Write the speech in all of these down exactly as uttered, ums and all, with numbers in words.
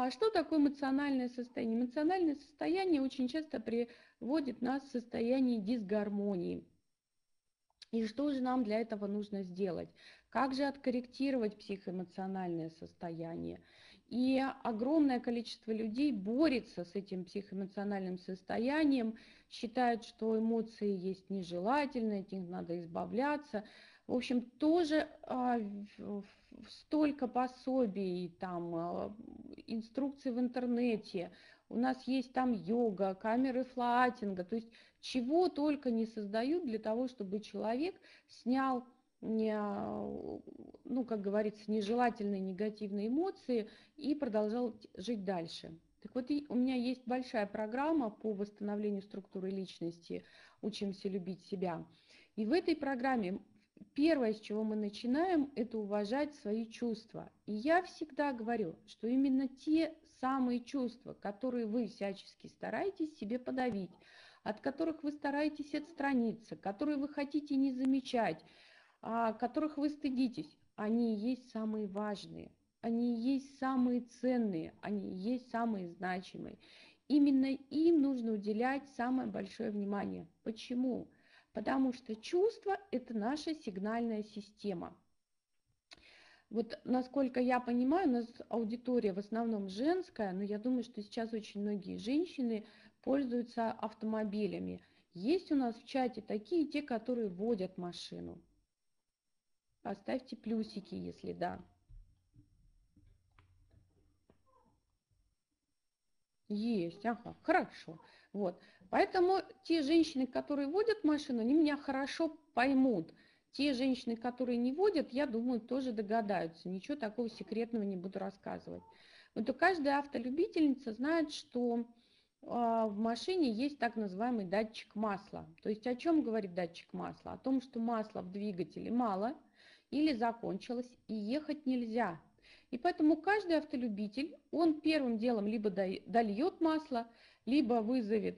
А что такое эмоциональное состояние? Эмоциональное состояние очень часто приводит нас в состояние дисгармонии. И что же нам для этого нужно сделать? Как же откорректировать психоэмоциональное состояние? И огромное количество людей борется с этим психоэмоциональным состоянием, считают, что эмоции есть нежелательные, от них надо избавляться. В общем, тоже а, столько пособий, там, а, инструкций в интернете, у нас есть там йога, камеры флаатинга, то есть чего только не создают для того, чтобы человек снял, ну, как говорится, нежелательные негативные эмоции и продолжал жить дальше. Так вот, у меня есть большая программа по восстановлению структуры личности «Учимся любить себя». И в этой программе первое, с чего мы начинаем, это уважать свои чувства. И я всегда говорю, что именно те самые чувства, которые вы всячески стараетесь себе подавить, от которых вы стараетесь отстраниться, которые вы хотите не замечать, которых вы стыдитесь, они и есть самые важные, они и есть самые ценные, они и есть самые значимые. Именно им нужно уделять самое большое внимание. Почему? Потому что чувство – это наша сигнальная система. Вот насколько я понимаю, у нас аудитория в основном женская, но я думаю, что сейчас очень многие женщины пользуются автомобилями. Есть у нас в чате такие, те, которые водят машину. Поставьте плюсики, если да. Есть, ага, хорошо. Вот. Поэтому те женщины, которые водят машину, они меня хорошо поймут. Те женщины, которые не водят, я думаю, тоже догадаются. Ничего такого секретного не буду рассказывать. Вот у каждой автолюбительницы знает, что в машине есть так называемый датчик масла. То есть о чем говорит датчик масла? О том, что масла в двигателе мало или закончилось, и ехать нельзя. И поэтому каждый автолюбитель, он первым делом либо дольет масло, либо вызовет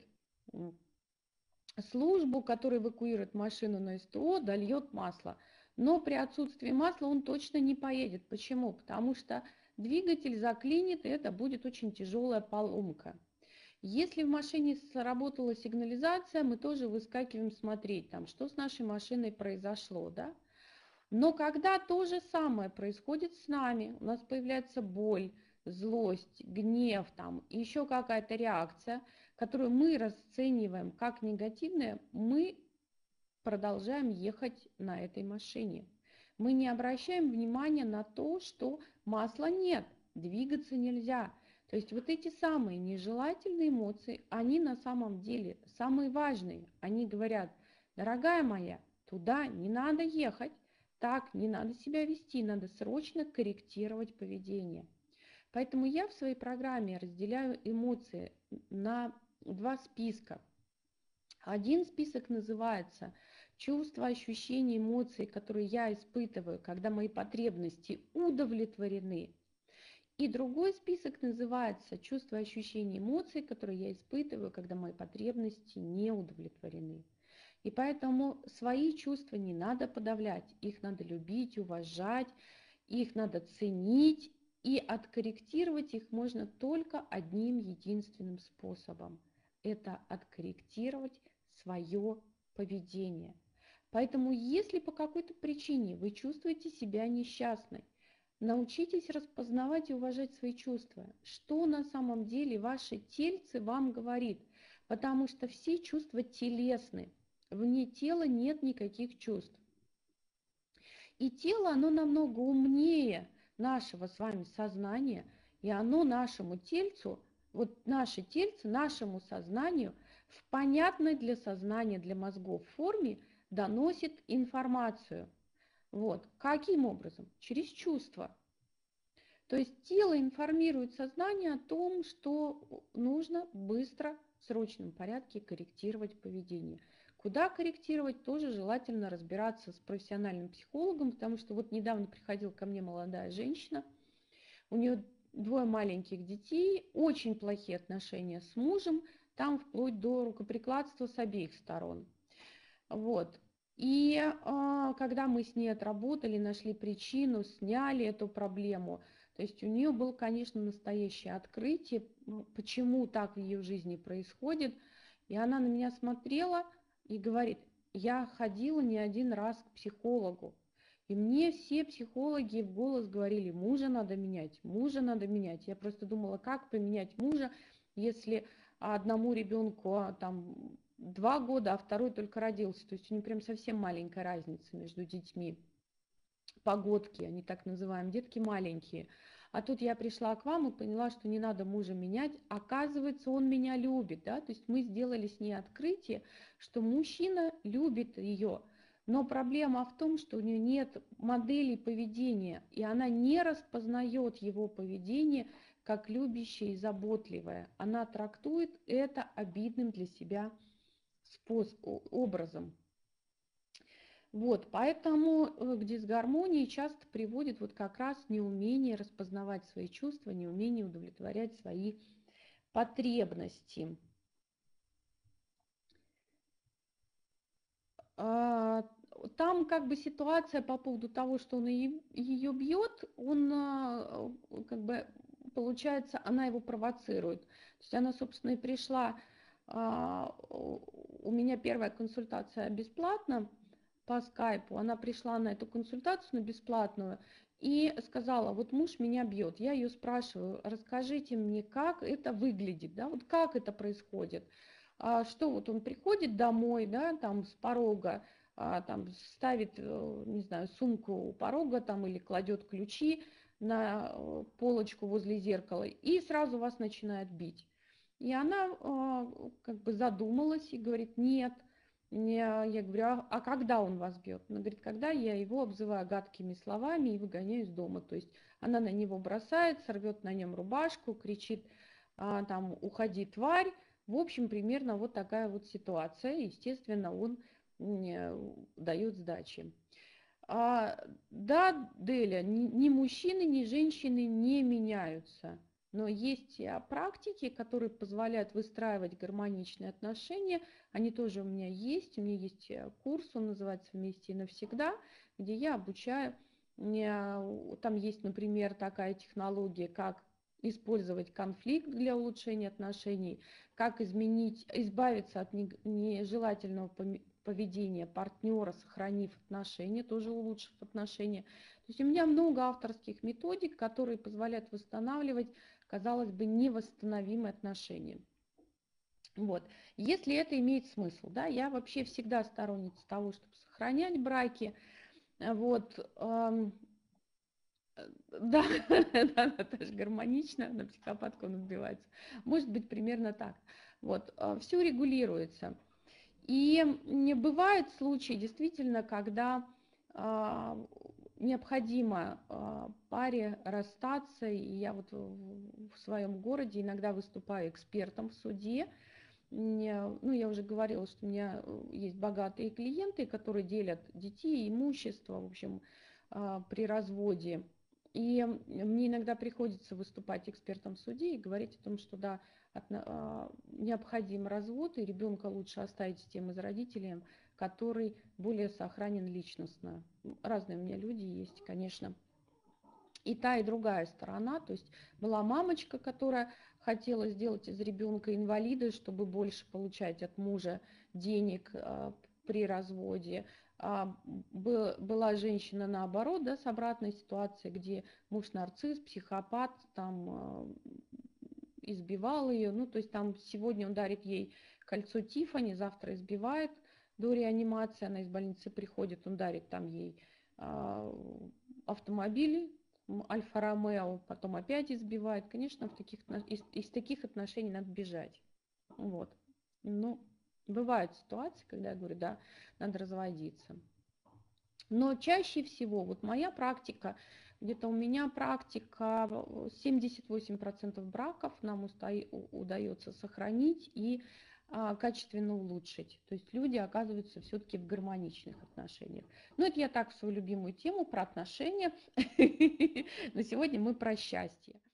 службу, которая эвакуирует машину на СТО, дольет масло. Но при отсутствии масла он точно не поедет. Почему? Потому что двигатель заклинит, и это будет очень тяжелая поломка. Если в машине сработала сигнализация, мы тоже выскакиваем смотреть, там, что с нашей машиной произошло, да? Но когда то же самое происходит с нами, у нас появляется боль, злость, гнев, там, еще какая-то реакция, которую мы расцениваем как негативная, мы продолжаем ехать на этой машине. Мы не обращаем внимания на то, что масла нет, двигаться нельзя. То есть вот эти самые нежелательные эмоции, они на самом деле самые важные. Они говорят: дорогая моя, туда не надо ехать, так не надо себя вести, надо срочно корректировать поведение. Поэтому я в своей программе разделяю эмоции на два списка. Один список называется чувства, ощущения, эмоции, которые я испытываю, когда мои потребности удовлетворены. И другой список называется чувства, ощущения, эмоции, которые я испытываю, когда мои потребности не удовлетворены. И поэтому свои чувства не надо подавлять, их надо любить, уважать, их надо ценить, и откорректировать их можно только одним единственным способом. Это откорректировать свое поведение. Поэтому если по какой-то причине вы чувствуете себя несчастной, научитесь распознавать и уважать свои чувства. Что на самом деле ваше тельце вам говорит? Потому что все чувства телесны. Вне тела нет никаких чувств. И тело, оно намного умнее нашего с вами сознания, и оно нашему тельцу, вот наше тельце, нашему сознанию в понятной для сознания, для мозгов форме доносит информацию. Вот. Каким образом? Через чувства. То есть тело информирует сознание о том, что нужно быстро, в срочном порядке корректировать поведение. Куда корректировать, тоже желательно разбираться с профессиональным психологом, потому что вот недавно приходила ко мне молодая женщина, у нее двое маленьких детей, очень плохие отношения с мужем, там вплоть до рукоприкладства с обеих сторон. Вот. И а, когда мы с ней отработали, нашли причину, сняли эту проблему, То есть у нее было, конечно, настоящее открытие, почему так в ее жизни происходит. И она на меня смотрела и говорит: я ходила не один раз к психологу. И мне все психологи в голос говорили: мужа надо менять, мужа надо менять. Я просто думала, как поменять мужа, если одному ребенку там два года, а второй только родился. То есть у них прям совсем маленькая разница между детьми. Погодки, они так называем, детки маленькие. А тут я пришла к вам и поняла, что не надо мужа менять. Оказывается, он меня любит, да, то есть мы сделали с ней открытие, что мужчина любит ее. Но проблема в том, что у нее нет модели поведения, и она не распознает его поведение как любящее и заботливое. Она трактует это обидным для себя способом, образом. Вот, поэтому к дисгармонии часто приводит вот как раз неумение распознавать свои чувства, неумение удовлетворять свои потребности. Там как бы ситуация по поводу того, что он ее бьет, он как бы, получается, она его провоцирует. То есть она, собственно, и пришла, у меня первая консультация бесплатно по скайпу, она пришла на эту консультацию, на бесплатную, и сказала: вот муж меня бьет. Я ее спрашиваю: расскажите мне, как это выглядит, да, вот как это происходит. А что вот он приходит домой, да, там с порога, а, там ставит, не знаю, сумку у порога там или кладет ключи на полочку возле зеркала и сразу вас начинает бить. И она а, как бы задумалась и говорит: нет. Я, я говорю: а, а когда он вас бьет? Она говорит: когда я его обзываю гадкими словами и выгоняю из дома. То есть она на него бросается, рвет на нем рубашку, кричит а, там: уходи, тварь. В общем, примерно вот такая вот ситуация. Естественно, он дает сдачи. А, да, Деля, ни, ни мужчины, ни женщины не меняются. Но есть практики, которые позволяют выстраивать гармоничные отношения. Они тоже у меня есть. У меня есть курс, он называется «Вместе и навсегда», где я обучаю. Там есть, например, такая технология, как использовать конфликт для улучшения отношений, как изменить, избавиться от нежелательного поведения партнера, сохранив отношения, тоже улучшив отношения. То есть у меня много авторских методик, которые позволяют восстанавливать, казалось бы, невосстановимые отношения. Вот. Если это имеет смысл, да, я вообще всегда сторонница того, чтобы сохранять браки. Вот. Эм, да, да, Наташа, гармонично, на психопатку он отбивается. Может быть, примерно так. Вот. Все регулируется. И бывают случаи, действительно, когда а, необходимо а, паре расстаться. И я вот в, в своем городе иногда выступаю экспертом в суде. Ну, я уже говорила, что у меня есть богатые клиенты, которые делят детей, имущество, в общем, а, при разводе. И мне иногда приходится выступать экспертом в суде и говорить о том, что да, необходим развод, и ребенка лучше оставить с тем из родителей, который более сохранен личностно. Разные у меня люди есть, конечно. И та, и другая сторона. То есть была мамочка, которая хотела сделать из ребенка инвалида, чтобы больше получать от мужа денег а, при разводе. А, была женщина наоборот, да, с обратной ситуацией, где муж нарцисс, психопат, там а, избивал ее. Ну, то есть там сегодня он дарит ей кольцо Тиффани, завтра избивает до реанимации, она из больницы приходит, он дарит там ей а, автомобиль Альфа-Ромео, потом опять избивает. Конечно, в таких, из, из таких отношений надо бежать. Вот. Ну, бывают ситуации, когда я говорю: да, надо разводиться. Но чаще всего, вот моя практика, где-то у меня практика, семьдесят восемь процентов браков нам удается сохранить и а, качественно улучшить. То есть люди оказываются все-таки в гармоничных отношениях. Ну, это я так в свою любимую тему про отношения. Но сегодня мы про счастье.